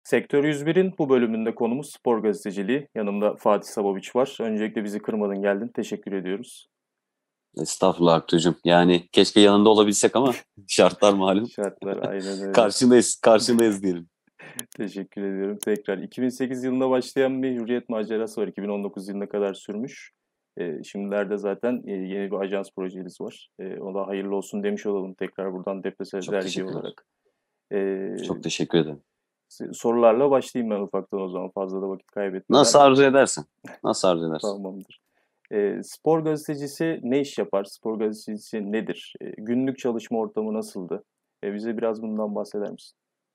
Sektör 101'in bu bölümünde konumuz spor gazeteciliği. Yanımda Fatih Saboviç var. Öncelikle bizi kırmadın geldin. Teşekkür ediyoruz. Estağfurullah Abdücüm. Yani keşke yanında olabilsek ama şartlar malum. Şartlar aynen öyle. Karşındayız diyelim. Teşekkür ediyorum tekrar. 2008 yılında başlayan bir Hürriyet macerası var. 2019 yılına kadar sürmüş. Şimdilerde zaten yeni bir ajans projeniz var. Ona da hayırlı olsun demiş olalım tekrar buradan Deprese Çok Dergi teşekkürler. olarak. E, Çok teşekkür ederim. Sorularla başlayayım ben ufaktan o zaman fazla da vakit kaybetmeden. Nasıl arzu edersen. Nasıl arzu edersin. Tamamdır. Spor gazetecisi ne iş yapar? Spor gazetecisi nedir? Günlük çalışma ortamı nasıldı? Bize biraz bundan bahseder misin?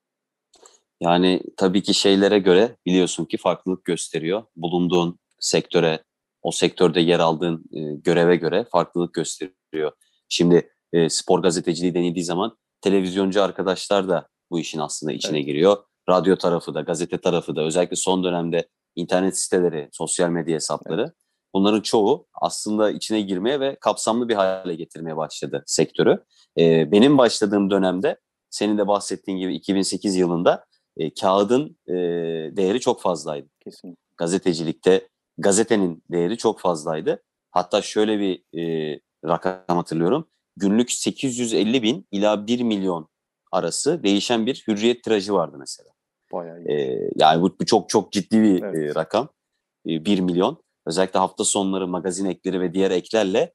Yani tabii ki şeylere göre biliyorsun ki farklılık gösteriyor. Bulunduğun sektöre, o sektörde yer aldığın göreve göre farklılık gösteriyor. Şimdi spor gazeteciliği denildiği zaman televizyoncu arkadaşlar da bu işin aslında içine Evet, giriyor. Radyo tarafı da, gazete tarafı da, özellikle son dönemde internet siteleri, sosyal medya evet. hesapları, bunların çoğu aslında içine girmeye ve kapsamlı bir hale getirmeye başladı sektörü. Benim başladığım dönemde, senin de bahsettiğin gibi 2008 yılında kağıdın değeri çok fazlaydı. Kesinlikle. Gazetecilikte gazetenin değeri çok fazlaydı. Hatta şöyle bir rakam hatırlıyorum. Günlük 850 bin ila 1 milyon arası değişen bir hürriyet tirajı vardı mesela. Bayağı iyi. Yani bu çok çok ciddi bir Evet. rakam. 1 milyon. Özellikle hafta sonları magazin ekleri ve diğer eklerle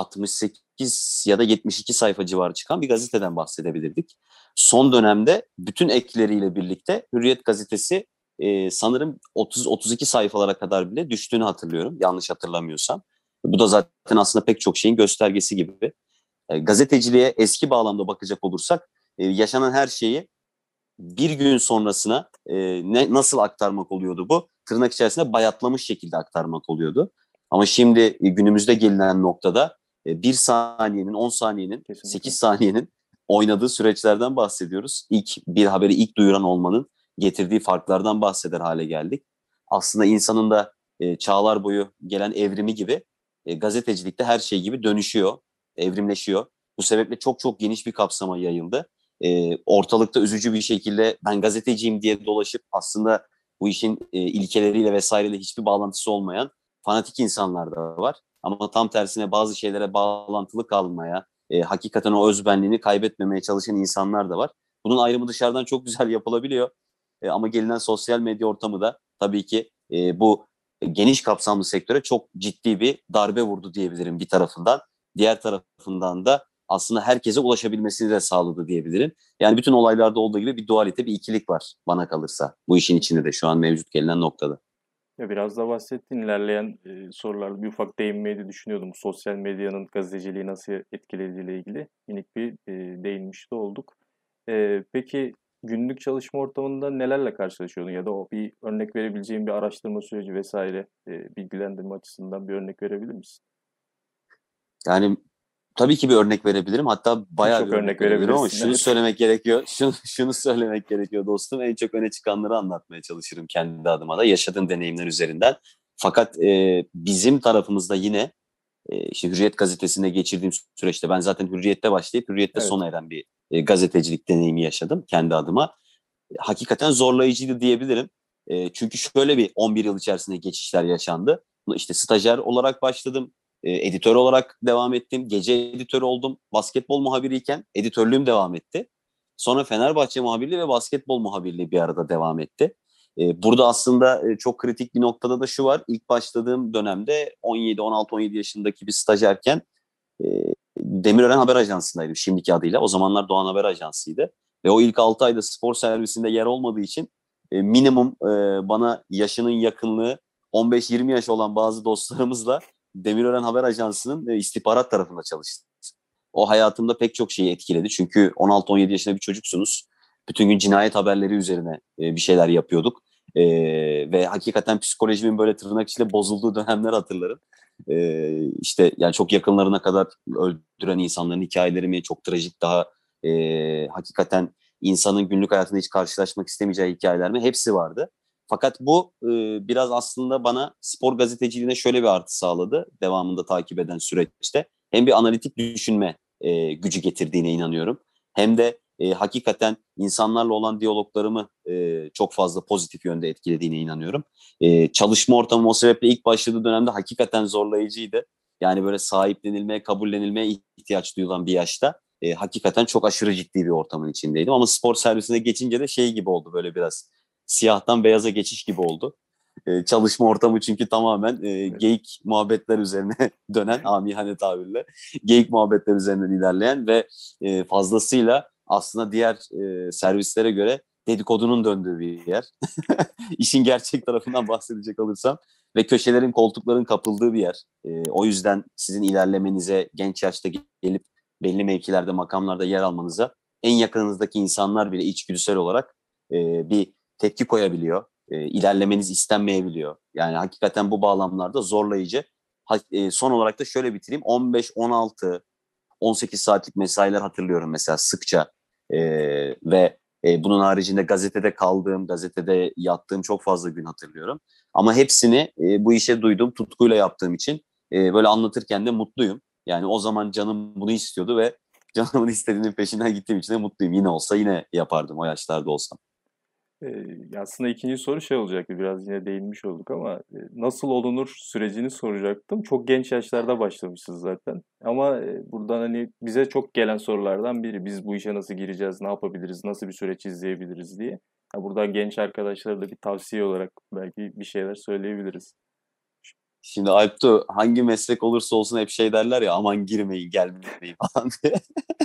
68 ya da 72 sayfa civarı çıkan bir gazeteden bahsedebilirdik. Son dönemde bütün ekleriyle birlikte Hürriyet gazetesi sanırım 30-32 sayfalara kadar bile düştüğünü hatırlıyorum. Yanlış hatırlamıyorsam. Bu da zaten aslında pek çok şeyin göstergesi gibi. Gazeteciliğe eski bağlamda bakacak olursak yaşanan her şeyi bir gün sonrasına nasıl aktarmak oluyordu bu? Tırnak içerisinde bayatlamış şekilde aktarmak oluyordu. Ama şimdi günümüzde gelinen noktada 1 saniyenin, 10 saniyenin, Kesinlikle. 8 saniyenin oynadığı süreçlerden bahsediyoruz. Bir haberi ilk duyuran olmanın getirdiği farklardan bahseder hale geldik. Aslında insanın da çağlar boyu gelen evrimi gibi gazetecilikte her şey gibi dönüşüyor, evrimleşiyor. Bu sebeple çok çok geniş bir kapsama yayıldı. Ortalıkta üzücü bir şekilde ben gazeteciyim diye dolaşıp aslında bu işin ilkeleriyle vesaireyle hiçbir bağlantısı olmayan fanatik insanlar da var. Ama tam tersine bazı şeylere bağlantılı kalmaya, hakikaten o özbenliğini kaybetmemeye çalışan insanlar da var. Bunun ayrımı dışarıdan çok güzel yapılabiliyor. Ama gelinen sosyal medya ortamı da tabii ki bu geniş kapsamlı sektöre çok ciddi bir darbe vurdu diyebilirim bir tarafından. Diğer tarafından da aslında herkese ulaşabilmesini de sağladı diyebilirim. Yani bütün olaylarda olduğu gibi bir dualite, bir ikilik var bana kalırsa. Bu işin içinde de şu an mevcut gelinen noktada. Ya biraz da bahsettin ilerleyen sorularda bir ufak değinmeyi de düşünüyordum. Sosyal medyanın gazeteciliği nasıl etkilediğiyle ilgili minik bir değinmiş de olduk. Peki günlük çalışma ortamında nelerle karşılaşıyordun ya da o bir örnek verebileceğin bir araştırma süreci vesaire bilgilendirme açısından bir örnek verebilir misin? Yani tabii ki bir örnek verebilirim. Hatta bayağı bir Birçok örnek örnek verebilirim ama verebilirsin, şunu evet. söylemek gerekiyor. Şunu söylemek gerekiyor dostum. En çok öne çıkanları anlatmaya çalışırım kendi adıma da yaşadığım deneyimler üzerinden. Fakat bizim tarafımızda yine işte Hürriyet gazetesinde geçirdiğim süreçte ben zaten Hürriyet'te başlayıp Hürriyet'te Evet, sona eren bir gazetecilik deneyimi yaşadım kendi adıma. Hakikaten zorlayıcıydı diyebilirim. Çünkü şöyle bir 11 yıl içerisinde geçişler yaşandı. İşte stajyer olarak başladım. Editör olarak devam ettim. Gece editörü oldum. Basketbol muhabiriyken editörlüğüm devam etti. Sonra Fenerbahçe muhabirliği ve basketbol muhabirliği bir arada devam etti. Burada aslında çok kritik bir noktada da şu var. İlk başladığım dönemde 17, 16, 17 yaşındaki bir stajyerken e, Demirören Haber Ajansı'ndaydım şimdiki adıyla. O zamanlar Doğan Haber Ajansı'ydı. Ve o ilk 6 ayda spor servisinde yer olmadığı için minimum bana yaşının yakınlığı 15-20 yaş olan bazı dostlarımızla Demirören Haber Ajansı'nın istihbarat tarafında çalıştım. O hayatımda pek çok şeyi etkiledi. Çünkü 16-17 yaşında bir çocuksunuz. Bütün gün cinayet haberleri üzerine bir şeyler yapıyorduk. Ve hakikaten psikolojimin böyle tırnak içinde bozulduğu dönemler hatırlarım. İşte yani çok yakınlarına kadar öldüren insanların hikayeleri çok trajik daha hakikaten insanın günlük hayatında hiç karşılaşmak istemeyeceği hikayeler mi? Hepsi vardı. Fakat bu biraz aslında bana spor gazeteciliğine şöyle bir artı sağladı devamında takip eden süreçte. Hem bir analitik düşünme gücü getirdiğine inanıyorum. Hem de hakikaten insanlarla olan diyaloglarımı çok fazla pozitif yönde etkilediğine inanıyorum. Çalışma ortamı o sebeple ilk başladığı dönemde hakikaten zorlayıcıydı. Yani böyle sahiplenilmeye, kabullenilmeye ihtiyaç duyulan bir yaşta hakikaten çok aşırı ciddi bir ortamın içindeydim. Ama spor servisine geçince de şey gibi oldu, böyle biraz siyahtan beyaza geçiş gibi oldu. Çalışma ortamı çünkü tamamen Evet. geyik muhabbetler üzerine dönen, amiyane tabirle geyik muhabbetler üzerinden ilerleyen ve fazlasıyla aslında diğer servislere göre dedikodunun döndüğü bir yer. İşin gerçek tarafından bahsedecek olursam ve köşelerin, koltukların kapıldığı bir yer. O yüzden sizin ilerlemenize, genç yaşta gelip belli mevkilerde, makamlarda yer almanıza en yakınınızdaki insanlar bile içgüdüsel olarak bir tepki koyabiliyor. İlerlemeniz istenmeyebiliyor. Yani hakikaten bu bağlamlarda zorlayıcı. Son olarak da şöyle bitireyim. 15, 16, 18 saatlik mesailer hatırlıyorum mesela sıkça. Ve bunun haricinde gazetede kaldığım, gazetede yattığım çok fazla gün hatırlıyorum. Ama hepsini bu işe duyduğum tutkuyla yaptığım için böyle anlatırken de mutluyum. Yani o zaman canım bunu istiyordu ve canımın istediğinin peşinden gittiğim için de mutluyum. Yine olsa yine yapardım o yaşlarda olsam. Aslında ikinci soru şey olacaktı, biraz yine değinmiş olduk ama nasıl olunur sürecini soracaktım. Çok genç yaşlarda başlamışsınız zaten. Ama buradan hani bize çok gelen sorulardan biri, biz bu işe nasıl gireceğiz, ne yapabiliriz, nasıl bir süreç izleyebiliriz diye. Ha, buradan genç arkadaşlara da bir tavsiye olarak belki bir şeyler söyleyebiliriz. Şimdi Alptu, hangi meslek olursa olsun hep şey derler ya, aman girmeyin gelmeyin falan diye.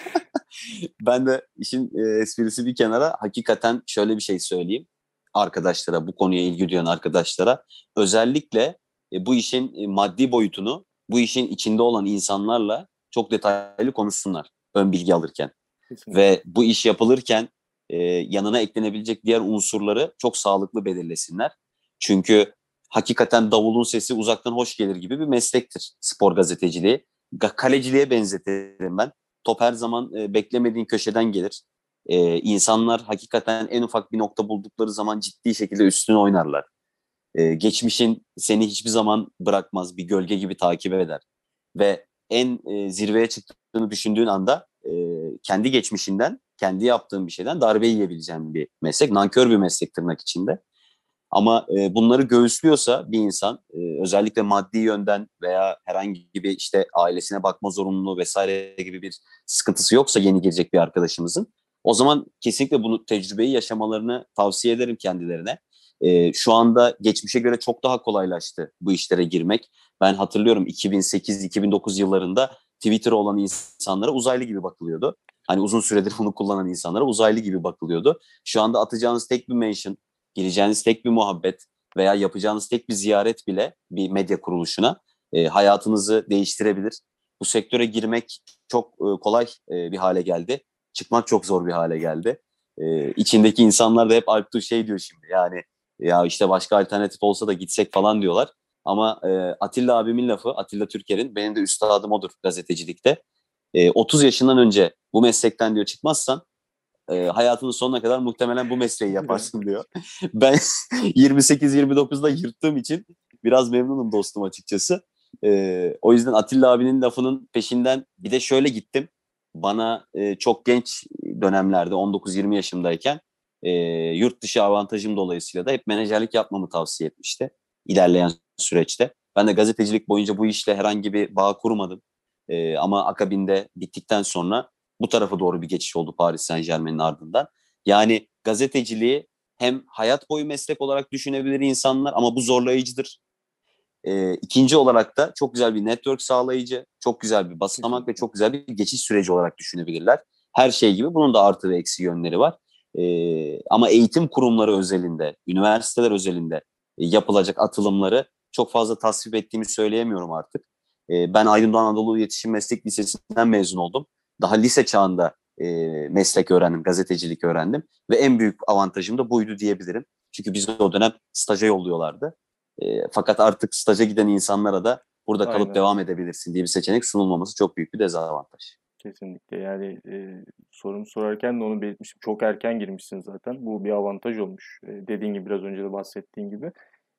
Ben de işin esprisi bir kenara hakikaten şöyle bir şey söyleyeyim arkadaşlara, bu konuya ilgi duyan arkadaşlara. Özellikle bu işin maddi boyutunu bu işin içinde olan insanlarla çok detaylı konuşsunlar ön bilgi alırken. Kesinlikle. Ve bu iş yapılırken yanına eklenebilecek diğer unsurları çok sağlıklı belirlesinler. Çünkü hakikaten davulun sesi uzaktan hoş gelir gibi bir meslektir spor gazeteciliği. Kaleciliğe benzetirim ben. Top her zaman beklemediğin köşeden gelir. İnsanlar hakikaten en ufak bir nokta buldukları zaman ciddi şekilde üstüne oynarlar. Geçmişin seni hiçbir zaman bırakmaz, bir gölge gibi takip eder. Ve en zirveye çıktığını düşündüğün anda kendi geçmişinden, kendi yaptığın bir şeyden darbe yiyebileceğin bir meslek. Nankör bir meslek tırnak içinde. Ama bunları göğüslüyorsa bir insan, özellikle maddi yönden veya herhangi bir işte ailesine bakma zorunluluğu vesaire gibi bir sıkıntısı yoksa yeni gelecek bir arkadaşımızın, o zaman kesinlikle bunu, tecrübeyi yaşamalarını tavsiye ederim kendilerine. Şu anda geçmişe göre çok daha kolaylaştı bu işlere girmek. Ben hatırlıyorum 2008-2009 yıllarında Twitter olan insanlara uzaylı gibi bakılıyordu. Hani uzun süredir bunu kullanan insanlara uzaylı gibi bakılıyordu. Şu anda atacağınız tek bir mention, gireceğiniz tek bir muhabbet veya yapacağınız tek bir ziyaret bile bir medya kuruluşuna hayatınızı değiştirebilir. Bu sektöre girmek çok kolay bir hale geldi. Çıkmak çok zor bir hale geldi. İçindeki insanlar da hep Alptu şey diyor şimdi, yani ya işte başka alternatif olsa da gitsek falan diyorlar. Ama Atilla abimin lafı, Atilla Türker'in, benim de üstadım odur gazetecilikte. 30 yaşından önce bu meslekten diyor çıkmazsan hayatının sonuna kadar muhtemelen bu mesleği yaparsın diyor. Ben 28-29'da yırttığım için biraz memnunum dostum açıkçası. O yüzden Atilla abinin lafının peşinden bir de şöyle gittim. Bana çok genç dönemlerde 19-20 yaşımdayken yurt dışı avantajım dolayısıyla da hep menajerlik yapmamı tavsiye etmişti ilerleyen süreçte. Ben de gazetecilik boyunca bu işle herhangi bir bağ kurmadım. Ama akabinde bittikten sonra bu tarafa doğru bir geçiş oldu Paris Saint-Germain'in ardından. Yani gazeteciliği hem hayat boyu meslek olarak düşünebilir insanlar ama bu zorlayıcıdır. İkinci olarak da çok güzel bir network sağlayıcı, çok güzel bir basamak ve Kesinlikle. çok güzel bir geçiş süreci olarak düşünebilirler. Her şey gibi bunun da artı ve eksi yönleri var. Ama eğitim kurumları özelinde, üniversiteler özelinde yapılacak atılımları çok fazla tasvip ettiğimi söyleyemiyorum artık. Ben Aydın Doğu Anadolu İletişim Meslek Lisesi'nden mezun oldum. Daha lise çağında meslek öğrendim, gazetecilik öğrendim ve en büyük avantajım da buydu diyebilirim. Çünkü biz o dönem staja yolluyorlardı. Fakat artık staja giden insanlara da burada kalıp Aynen. devam edebilirsin diye bir seçenek sunulmaması çok büyük bir dezavantaj. Kesinlikle. Yani sorumu sorarken de onu belirtmiştim. Çok erken girmişsin zaten. Bu bir avantaj olmuş. Dediğin gibi, biraz önce de bahsettiğin gibi.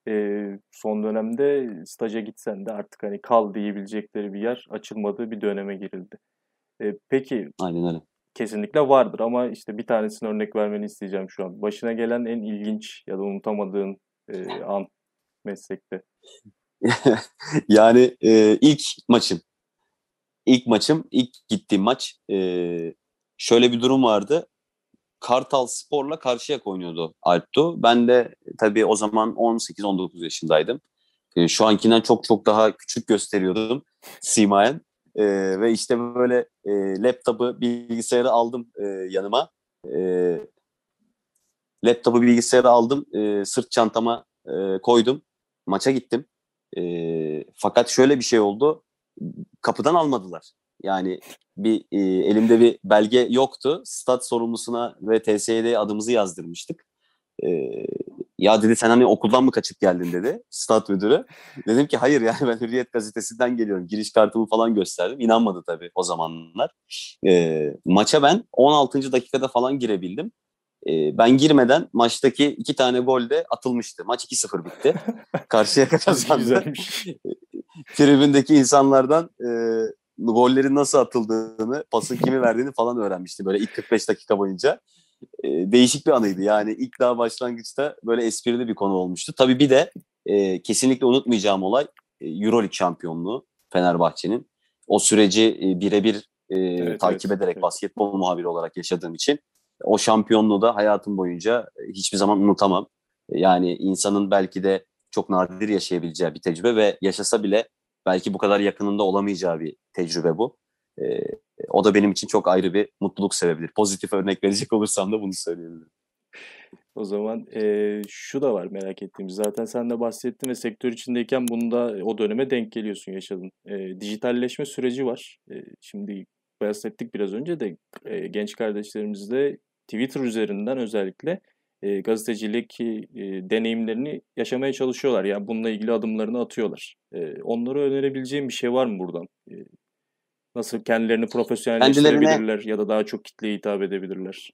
Son dönemde staja gitsen de artık hani kal diyebilecekleri bir yer açılmadığı bir döneme girildi. Peki, Aynen öyle. kesinlikle vardır ama işte bir tanesini örnek vermeni isteyeceğim şu an. Başına gelen en ilginç ya da unutamadığın an meslekte. Yani ilk gittiğim maç, şöyle bir durum vardı. Kartal Spor'la Karşıyaka oynuyordu Alptu. Ben de tabii o zaman 18-19 yaşındaydım. Şu ankinden çok çok daha küçük gösteriyordum simayen. Ve işte böyle laptopu, bilgisayarı aldım yanıma. E, Laptopu, bilgisayarı aldım, sırt çantama koydum. Maça gittim. Fakat şöyle bir şey oldu. Kapıdan almadılar. Yani elimde bir belge yoktu. Stat sorumlusuna ve TSE'de adımızı yazdırmıştık. E, Ya dedi, sen hani okuldan mı kaçıp geldin dedi stat müdürü. Dedim ki hayır, yani ben Hürriyet gazetesinden geliyorum. Giriş kartımı falan gösterdim. İnanmadı tabii o zamanlar. Maça ben 16. dakikada falan girebildim. Ben girmeden maçtaki 2 tane gol de atılmıştı. Maç 2-0 bitti. Karşıyaka kazandı. Güzelmiş. Tribündeki insanlardan gollerin nasıl atıldığını, pasın kimi verdiğini falan öğrenmişti böyle ilk 45 dakika boyunca. Değişik bir anıydı. Yani ilk daha başlangıçta böyle esprili bir konu olmuştu. Tabii bir de kesinlikle unutmayacağım olay Euroleague şampiyonluğu Fenerbahçe'nin. O süreci birebir Evet, takip evet. ederek Evet. basketbol muhabiri olarak yaşadığım için o şampiyonluğu da hayatım boyunca hiçbir zaman unutamam. Yani insanın belki de çok nadir yaşayabileceği bir tecrübe ve yaşasa bile belki bu kadar yakınında olamayacağı bir tecrübe bu. E, O da benim için çok ayrı bir mutluluk sebebidir. Pozitif örnek verecek olursam da bunu söyleyebilirim. O zaman şu da var merak ettiğimiz. Zaten sen de bahsettin ve sektör içindeyken bunu da o döneme denk geliyorsun, yaşadın. Dijitalleşme süreci var. Şimdi bahsettik biraz önce de genç kardeşlerimiz de Twitter üzerinden özellikle gazetecilik deneyimlerini yaşamaya çalışıyorlar. Yani bununla ilgili adımlarını atıyorlar. Onlara önerebileceğim bir şey var mı buradan? Nasıl kendilerini Kendilerine profesyonelleştirebilirler ya da daha çok kitleye hitap edebilirler?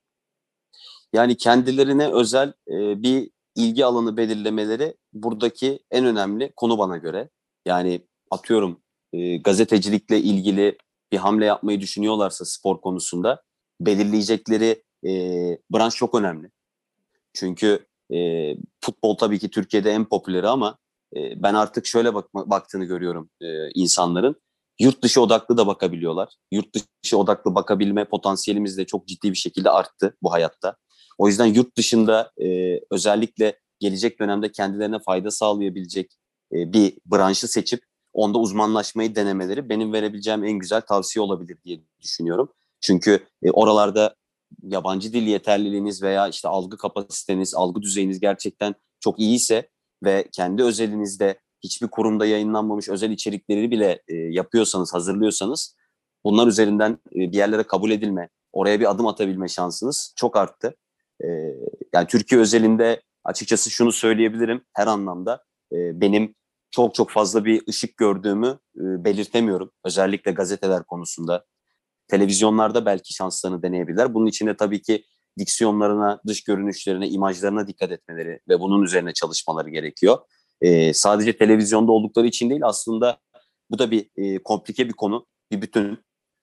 Yani kendilerine özel bir ilgi alanı belirlemeleri buradaki en önemli konu bana göre. Yani atıyorum, gazetecilikle ilgili bir hamle yapmayı düşünüyorlarsa spor konusunda belirleyecekleri branş çok önemli. Çünkü futbol tabii ki Türkiye'de en popüleri ama ben artık şöyle baktığını görüyorum insanların. Yurt dışı odaklı da bakabiliyorlar. Yurt dışı odaklı bakabilme potansiyelimiz de çok ciddi bir şekilde arttı bu hayatta. O yüzden yurt dışında özellikle gelecek dönemde kendilerine fayda sağlayabilecek bir branşı seçip onda uzmanlaşmayı denemeleri benim verebileceğim en güzel tavsiye olabilir diye düşünüyorum. Çünkü oralarda yabancı dil yeterliliğiniz veya işte algı kapasiteniz, algı düzeyiniz gerçekten çok iyiyse ve kendi özelinizde hiçbir kurumda yayınlanmamış özel içerikleri bile yapıyorsanız, hazırlıyorsanız bunlar üzerinden bir yerlere kabul edilme, oraya bir adım atabilme şansınız çok arttı. E, Yani Türkiye özelinde açıkçası şunu söyleyebilirim her anlamda. Benim çok çok fazla bir ışık gördüğümü belirtemiyorum. Özellikle gazeteler konusunda. Televizyonlarda belki şanslarını deneyebilirler. Bunun için de tabii ki diksiyonlarına, dış görünüşlerine, imajlarına dikkat etmeleri ve bunun üzerine çalışmaları gerekiyor. Sadece televizyonda oldukları için değil, aslında bu da bir komplike bir konu, bir bütün.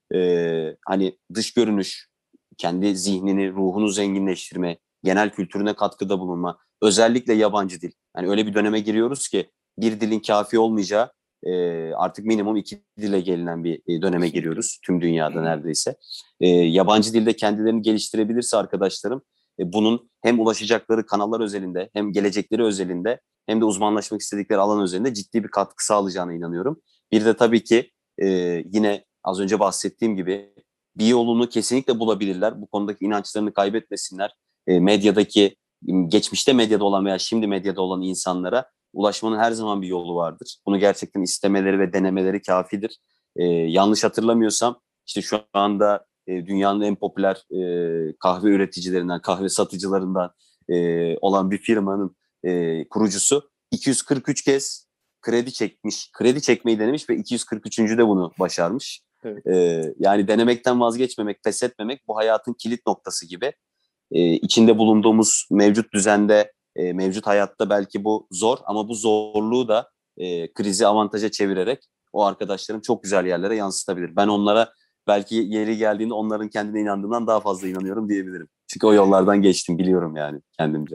Hani dış görünüş, kendi zihnini, ruhunu zenginleştirme, genel kültürüne katkıda bulunma, özellikle yabancı dil. Yani öyle bir döneme giriyoruz ki bir dilin kafi olmayacağı, artık minimum 2 dile gelinen bir döneme Kesinlikle. giriyoruz tüm dünyada neredeyse. Yabancı dilde kendilerini geliştirebilirse arkadaşlarım, bunun hem ulaşacakları kanallar özelinde hem gelecekleri özelinde hem de uzmanlaşmak istedikleri alan özelinde ciddi bir katkı sağlayacağına inanıyorum. Bir de tabii ki e, yine az önce bahsettiğim gibi bir yolunu kesinlikle bulabilirler. Bu konudaki inançlarını kaybetmesinler. Medyadaki, geçmişte medyada olan veya şimdi medyada olan insanlara ulaşmanın her zaman bir yolu vardır. Bunu gerçekten istemeleri ve denemeleri kafidir. Yanlış hatırlamıyorsam işte şu anda dünyanın en popüler kahve üreticilerinden, kahve satıcılarından olan bir firmanın kurucusu 243 kez kredi çekmiş, kredi çekmeyi denemiş ve 243. de bunu başarmış. Evet. Yani denemekten vazgeçmemek, pes etmemek bu hayatın kilit noktası gibi. İçinde bulunduğumuz mevcut düzende, mevcut hayatta belki bu zor ama bu zorluğu da krizi avantaja çevirerek o arkadaşlarım çok güzel yerlere yansıtabilir. Ben onlara belki yeri geldiğinde onların kendine inandığından daha fazla inanıyorum diyebilirim. Çünkü o yollardan geçtim, biliyorum yani kendimce.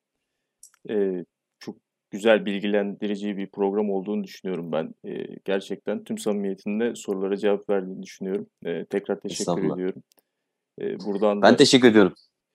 Çok güzel bilgilendirici bir program olduğunu düşünüyorum ben. Gerçekten tüm samimiyetimle sorulara cevap verdiğini düşünüyorum. Tekrar teşekkür Estağfurullah. ediyorum. Buradan Ben da teşekkür ediyorum.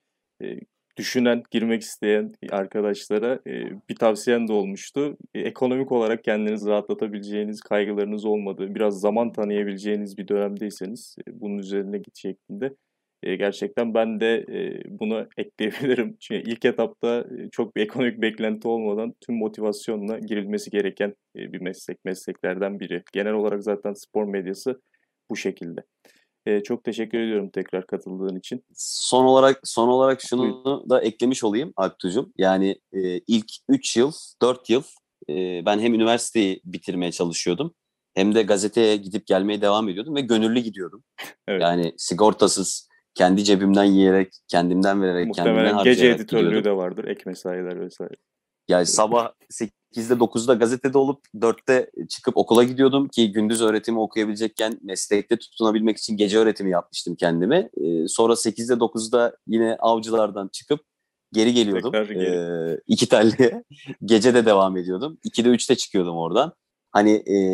e, düşünen, girmek isteyen arkadaşlara bir tavsiyem de olmuştu. Ekonomik olarak kendinizi rahatlatabileceğiniz, kaygılarınız olmadığı, biraz zaman tanıyabileceğiniz bir dönemdeyseniz bunun üzerine git şeklinde. Gerçekten ben de bunu ekleyebilirim. Çünkü ilk etapta çok bir ekonomik beklenti olmadan tüm motivasyonla girilmesi gereken bir mesleklerden biri. Genel olarak zaten spor medyası bu şekilde. Çok teşekkür ediyorum tekrar katıldığın için. Son olarak Buyur. şunu da eklemiş olayım Alptuğ'cum. Yani ilk 3 yıl, 4 yıl ben hem üniversiteyi bitirmeye çalışıyordum hem de gazeteye gidip gelmeye devam ediyordum ve gönüllü gidiyordum. Evet. Yani sigortasız, kendi cebimden yiyerek, kendimden vererek, kendimden Muhtemelen gece harcayarak editörlüğü gidiyordum. de vardır. Ek mesailer vesaire. Yani sabah 8'de 9'da gazetede olup 4'te çıkıp okula gidiyordum ki gündüz öğretimi okuyabilecekken meslekte tutunabilmek için gece öğretimi yapmıştım kendime. Sonra 8'de 9'da yine avcılardan çıkıp geri geliyordum. Tekrar geri. İki telliye gece de devam ediyordum. 2'de 3'te çıkıyordum oradan. Hani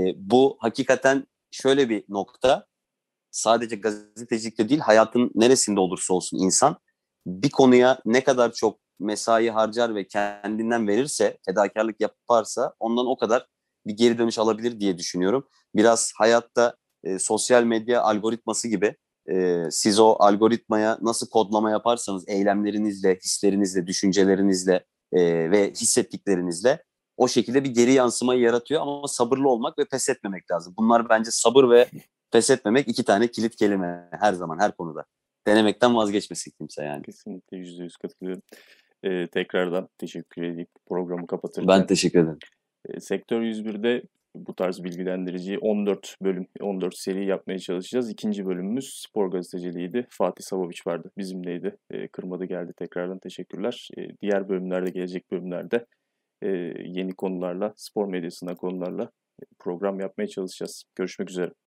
bu hakikaten şöyle bir nokta. Sadece gazetecilikte değil, hayatın neresinde olursa olsun insan bir konuya ne kadar çok mesai harcar ve kendinden verirse, fedakarlık yaparsa ondan o kadar bir geri dönüş alabilir diye düşünüyorum. Biraz hayatta sosyal medya algoritması gibi siz o algoritmaya nasıl kodlama yaparsanız eylemlerinizle, hislerinizle, düşüncelerinizle ve hissettiklerinizle o şekilde bir geri yansımayı yaratıyor ama sabırlı olmak ve pes etmemek lazım. Bunlar bence sabır ve pes etmemek iki tane kilit kelime her zaman, her konuda. Denemekten vazgeçmesin kimse yani. Kesinlikle %100 katılıyorum. Tekrardan teşekkür edeyim programı Ben kapatırken. teşekkür ederim. Sektör 101'de bu tarz bilgilendirici 14 bölüm, 14 seri yapmaya çalışacağız. İkinci bölümümüz spor gazeteciliğiydi. Fatih Savaviç vardı, bizimleydi. Kırmadı geldi, tekrardan teşekkürler. Diğer bölümlerde, gelecek bölümlerde yeni konularla, spor medyasına konularla program yapmaya çalışacağız. Görüşmek üzere.